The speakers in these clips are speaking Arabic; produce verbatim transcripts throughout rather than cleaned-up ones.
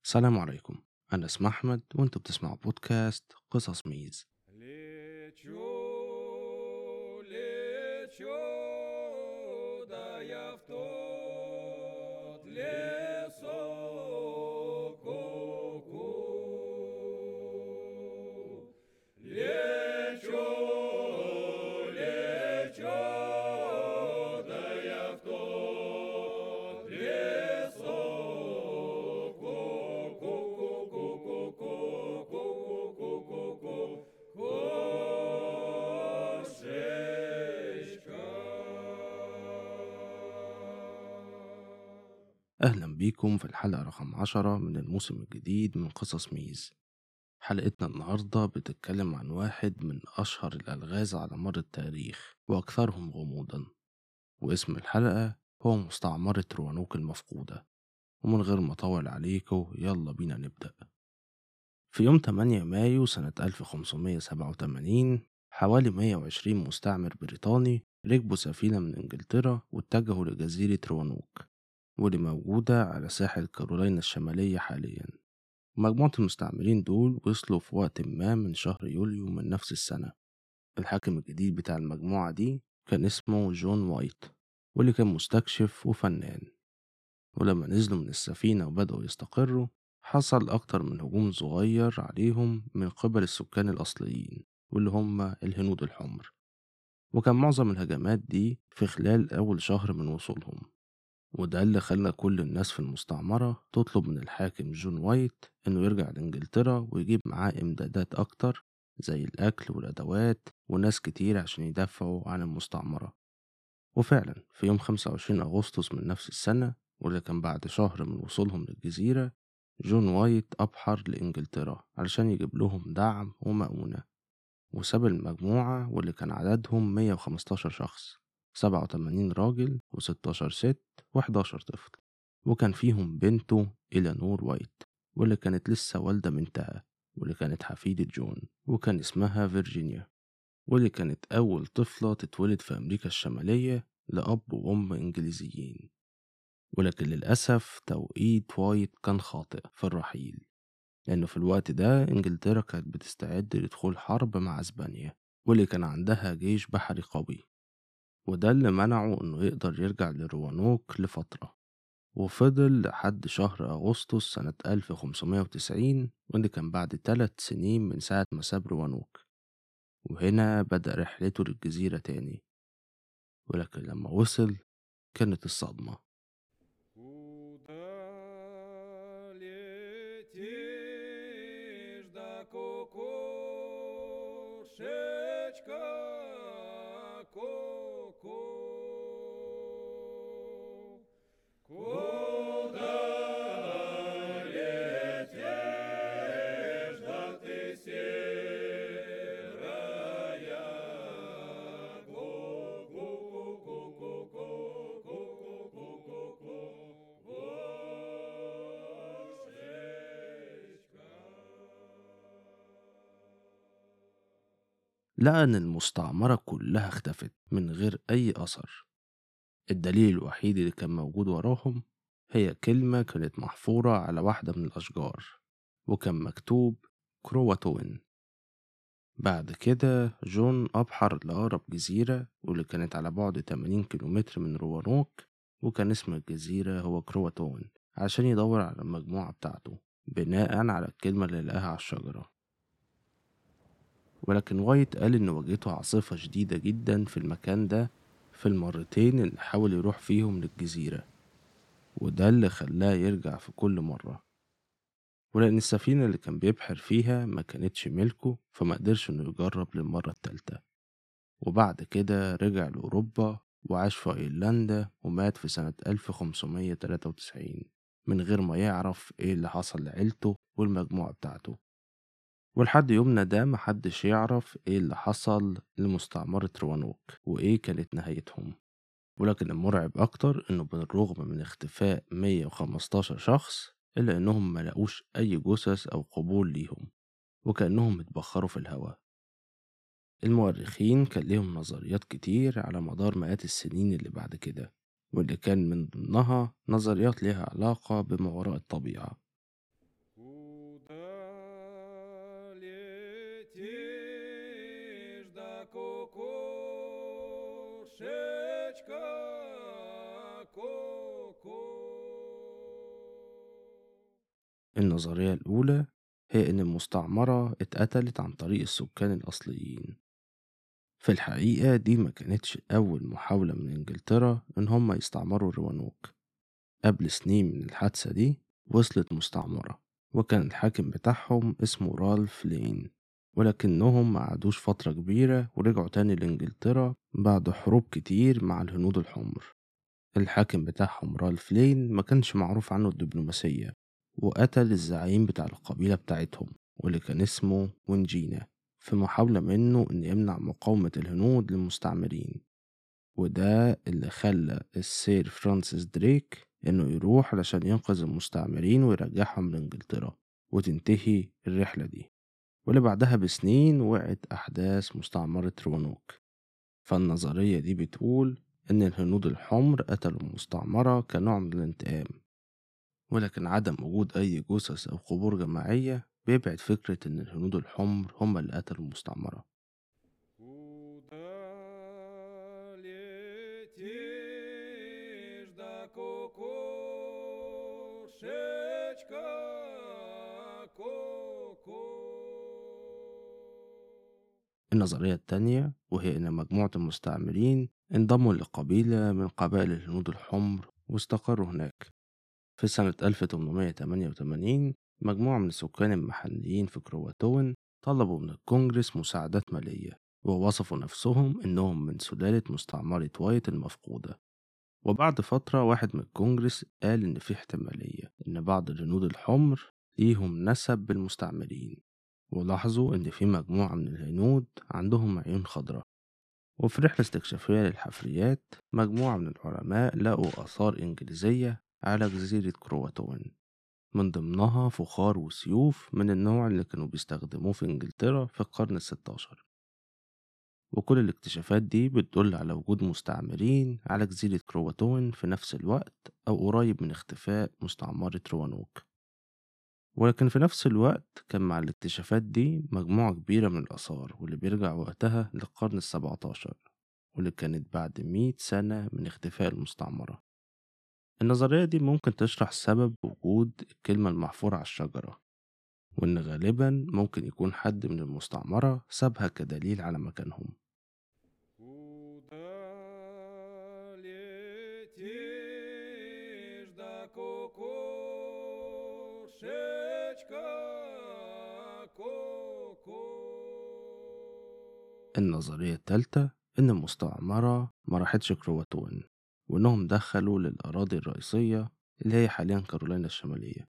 السلام عليكم. أنا اسمي أحمد وأنتوا بتسمعوا بودكاست قصص ميز. Лечу, лечу, да я в тот лесок ку-ку. Лечу, лечу, да я в тот лесок ку-ку-ку-ку-ку-ку-ку-ку-ку-ку. Кошечка. أهلا بيكم في الحلقة رقم عشرة من الموسم الجديد من قصص ميز. حلقتنا النهاردة بتتكلم عن واحد من أشهر الألغاز على مر التاريخ وأكثرهم غموضا، واسم الحلقة هو مستعمرة روانوك المفقودة. ومن غير ما أطول عليكم يلا بينا نبدأ. في يوم ثمانية مايو سنة ألف وخمسمية وسبعة وثمانين حوالي مية وعشرين مستعمر بريطاني ركبوا سفينة من إنجلترا واتجهوا لجزيرة روانوك، واللي موجودة على ساحل كارولاينا الشمالية حاليا. مجموعة المستعمرين دول وصلوا في وقت ما من شهر يوليو من نفس السنة. الحاكم الجديد بتاع المجموعة دي كان اسمه جون وايت، واللي كان مستكشف وفنان. ولما نزلوا من السفينة وبدأوا يستقروا حصل أكتر من هجوم صغير عليهم من قبل السكان الأصليين واللي هم الهنود الحمر، وكان معظم الهجمات دي في خلال أول شهر من وصولهم. وده اللي خلى كل الناس في المستعمرة تطلب من الحاكم جون وايت إنه يرجع لإنجلترا ويجيب معاه إمدادات أكتر زي الأكل والأدوات وناس كتير عشان يدافعوا عن المستعمرة. وفعلا في يوم خمسة وعشرين أغسطس من نفس السنة، واللي كان بعد شهر من وصولهم للجزيرة، جون وايت أبحر لإنجلترا علشان يجيب لهم دعم ومؤونة، وساب المجموعة واللي كان عددهم مية وخمستاشر شخص، سبعة وتمانين راجل وستاشر ست وحداشر طفل. وكان فيهم بنته إلينور وايت، واللي كانت لسه والدة بنتها، واللي كانت حفيدة جون وكان اسمها فيرجينيا، واللي كانت أول طفلة تتولد في أمريكا الشمالية لأب وأم إنجليزيين. ولكن للأسف توقيت وايت كان خاطئ في الرحيل، لأنه في الوقت ده إنجلترا كانت بتستعد لدخول حرب مع أسبانيا، واللي كان عندها جيش بحري قوي، وده اللي منعه إنه يقدر يرجع لروانوك لفترة. وفضل لحد شهر أغسطس سنة ألف وخمسمية وتسعين، واللي كان بعد ثلاث سنين من ساعة ما ساب روانوك. وهنا بدأ رحلته للجزيرة تاني، ولكن لما وصل كانت الصدمة. Куда летишь, да кукушечка, ку-ку? Куда летишь, да ты серая, ку-ку-ку-ку-ку-ку-ку-ку-ку-ку, кошечка. لقى إن المستعمرة كلها اختفت من غير أي أثر. الدليل الوحيد اللي كان موجود وراهم هي كلمة كانت محفورة على واحدة من الأشجار، وكان مكتوب كرواتوين. بعد كده جون أبحر لأقرب جزيرة واللي كانت على بعد ثمانين كيلومتر من روانوك، وكان اسم الجزيرة هو كرواتوين، عشان يدور على المجموعة بتاعته بناء على الكلمة اللي لقاها على الشجرة. ولكن وايت قال إن واجهته عاصفة شديدة جدا في المكان ده في المرتين اللي حاول يروح فيهم للجزيرة، وده اللي خلاه يرجع في كل مرة. ولأن السفينة اللي كان بيبحر فيها ما كانتش ملكه فما قدرش إنه يجرب للمرة التالتة. وبعد كده رجع لأوروبا وعاش في أيرلندا ومات في سنة ألف وخمسمية وتلاتة وتسعين من غير ما يعرف إيه اللي حصل لعيلته والمجموعة بتاعته. ولحد يومنا ده محدش يعرف إيه اللي حصل لمستعمرة روانوك وإيه كانت نهايتهم. ولكن المرعب أكتر إنه بالرغم من اختفاء مية وخمستاشر شخص إلا إنهم ملقوش أي جثث أو قبور ليهم، وكأنهم اتبخروا في الهواء. المؤرخين كان ليهم نظريات كتير على مدار مئات السنين اللي بعد كده، واللي كان من ضمنها نظريات ليها علاقة بما وراء الطبيعة. النظرية الأولى هي إن المستعمرة اتقتلت عن طريق السكان الأصليين. في الحقيقة دي ما كانتش أول محاولة من إنجلترا إن هم يستعمروا روانوك. قبل سنين من الحادثة دي وصلت مستعمرة، وكان الحاكم بتاعهم اسمه رالف لين، ولكنهم ما قعدوش فترة كبيرة ورجعوا تاني لإنجلترا بعد حروب كتير مع الهنود الحمر. الحاكم بتاعهم رالف لين ما كانش معروف عنه الدبلوماسية، وقتل الزعيم بتاع القبيلة بتاعتهم واللي كان اسمه وينجينا في محاولة منه إن يمنع مقاومة الهنود للمستعمرين. وده اللي خلى السير فرانسيس دريك إنه يروح علشان ينقذ المستعمرين ويرجعهم لإنجلترا وتنتهي الرحلة دي. واللي بعدها بسنين وقعت أحداث مستعمرة روانوك. فالنظرية دي بتقول إن الهنود الحمر قتلوا المستعمرة كنوع من الانتقام، ولكن عدم وجود أي جثث أو قبور جماعية بيبعد فكرة إن الهنود الحمر هم اللي قتلوا المستعمرة. Куда летишь, да кукушечка, ку-ку? النظرية التانية وهي إن مجموعة المستعمرين انضموا لقبيلة من قبائل الهنود الحمر واستقروا هناك. في سنة ألف وتمنمية تمانية وتمانين مجموعة من السكان المحليين في كرواتون طلبوا من الكونجرس مساعدات مالية، ووصفوا نفسهم إنهم من سلالة مستعمرة وايت المفقودة. وبعد فترة واحد من الكونجرس قال إن في احتمالية إن بعض الهنود الحمر ليهم نسب بالمستعمرين، ولاحظوا إن في مجموعة من الهنود عندهم عيون خضراء. وفي رحلة استكشافية للحفريات مجموعة من العلماء لقوا آثار إنجليزية على جزيرة كرواتون، من ضمنها فخار وسيوف من النوع اللي كانوا بيستخدموه في إنجلترا في القرن الستاشر. وكل الاكتشافات دي بتدل على وجود مستعمرين على جزيرة كرواتون في نفس الوقت أو قريب من اختفاء مستعمرة روانوك. ولكن في نفس الوقت كان مع الاكتشافات دي مجموعة كبيرة من الآثار، واللي بيرجع وقتها للقرن السبعتاشر، واللي كانت بعد مئة سنة من اختفاء المستعمرة. النظرية دي ممكن تشرح سبب وجود الكلمة المحفورة على الشجرة، وإن غالبا ممكن يكون حد من المستعمرة سابها كدليل على مكانهم. Куда летишь, да кукушечка, ку-ку? النظرية التالتة إن المستعمرة ما راحتش كرواتون، وإنهم دخلوا للأراضي الرئيسية اللي هي حاليا كارولاينا الشمالية.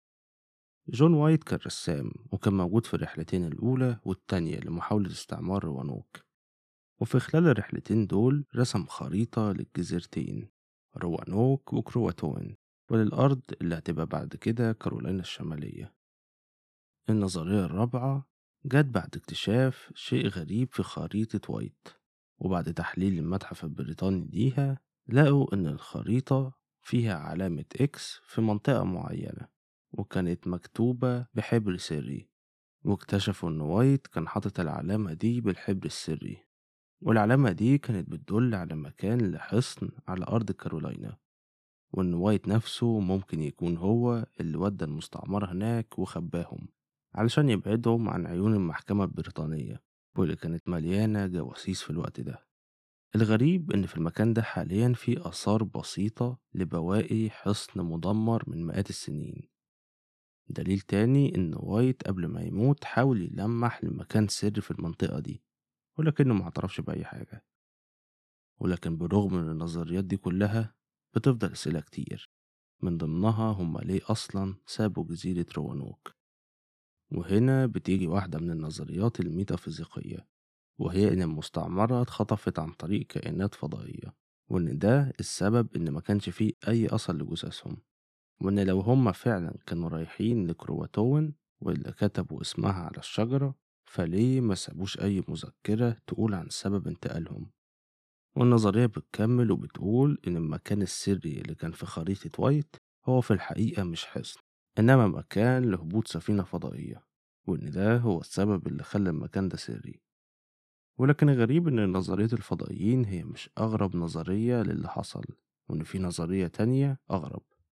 جون وايت كان رسام، وكان موجود في الرحلتين الأولى والتانية لمحاولة استعمار روانوك. وفي خلال الرحلتين دول رسم خريطة للجزيرتين روانوك وكرواتون، وللأرض اللي هتبقى بعد كده كارولاينا الشمالية. النظرية الرابعة جت بعد اكتشاف شيء غريب في خريطة وايت، وبعد تحليل المتحف البريطاني ليها لقوا إن الخريطة فيها علامة إكس في منطقة معينة، وكانت مكتوبة بحبر سري. واكتشفوا إن وايت كان حاطط العلامة دي بالحبر السري، والعلامة دي كانت بتدل على مكان لحصن على أرض كارولاينا، وإن وايت نفسه ممكن يكون هو اللي ودى المستعمرة هناك وخباهم علشان يبعدهم عن عيون المحكمة البريطانية، واللي كانت مليانة جواسيس في الوقت ده. الغريب إن في المكان ده حاليا في آثار بسيطة لبواقي حصن مدمر من مئات السنين، دليل تاني إن وايت قبل ما يموت حاول يلمح لمكان سري في المنطقة دي، ولكنه معترفش بأي حاجة. ولكن بالرغم من النظريات دي كلها بتفضل أسئلة كتير، من ضمنها هما ليه أصلا سابوا جزيرة روانوك. وهنا بتيجي واحدة من النظريات الميتافيزيقية، وهي إن المستعمرة اتخطفت عن طريق كائنات فضائية، وإن ده السبب إن ما كانش فيه أي أثر لجثثهم، وإن لو هما فعلا كانوا رايحين لكرواتون واللي كتبوا اسمها على الشجرة، فليه ما سابوش أي مذكرة تقول عن سبب انتقالهم. والنظرية بتكمل وبتقول إن المكان السري اللي كان في خريطة وايت هو في الحقيقة مش حصن، إنما مكان لهبوط سفينة فضائية، وإن ده هو السبب اللي خلى المكان ده سري. ولكن الغريب إن نظرية الفضائيين هي مش أغرب نظرية للي حصل، وإن في نظرية تانية أغرب،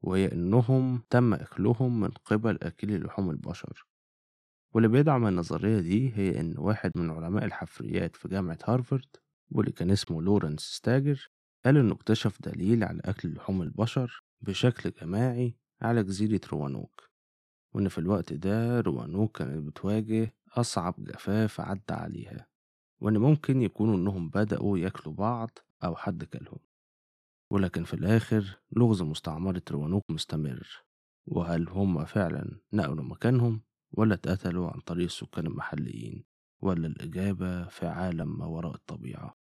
وهي إنهم تم أكلهم من قبل أكلي لحوم البشر. واللي بيدعم النظرية دي هي إن واحد من علماء الحفريات في جامعة هارفارد، واللي كان اسمه لورنس ستاجر، قال إنه اكتشف دليل على أكل لحوم البشر بشكل جماعي على جزيرة روانوك، وإن في الوقت ده روانوك كانت بتواجه أصعب جفاف عدى عليها، وإن ممكن يكونوا إنهم بدأوا ياكلوا بعض أو حد كلهم. ولكن في الآخر لغز مستعمرة روانوك مستمر، وهل هم فعلا نقلوا مكانهم ولا اتقتلوا عن طريق السكان المحليين، ولا الإجابة في عالم ما وراء الطبيعة.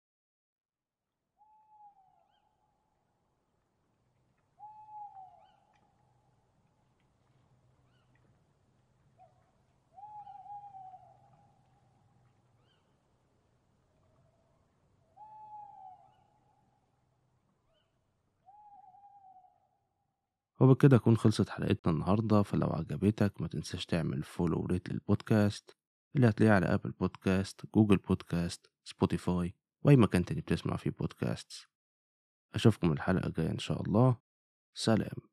وبكده أكون خلصت حلقتنا النهاردة، فلو عجبتك ما تنساش تعمل فولو وريت للبودكاست اللي هتلاقيه على أبل بودكاست، جوجل بودكاست، سبوتيفاي، وأي مكان تاني بتسمع فيه بودكاست. أشوفكم الحلقة الجاية إن شاء الله. سلام.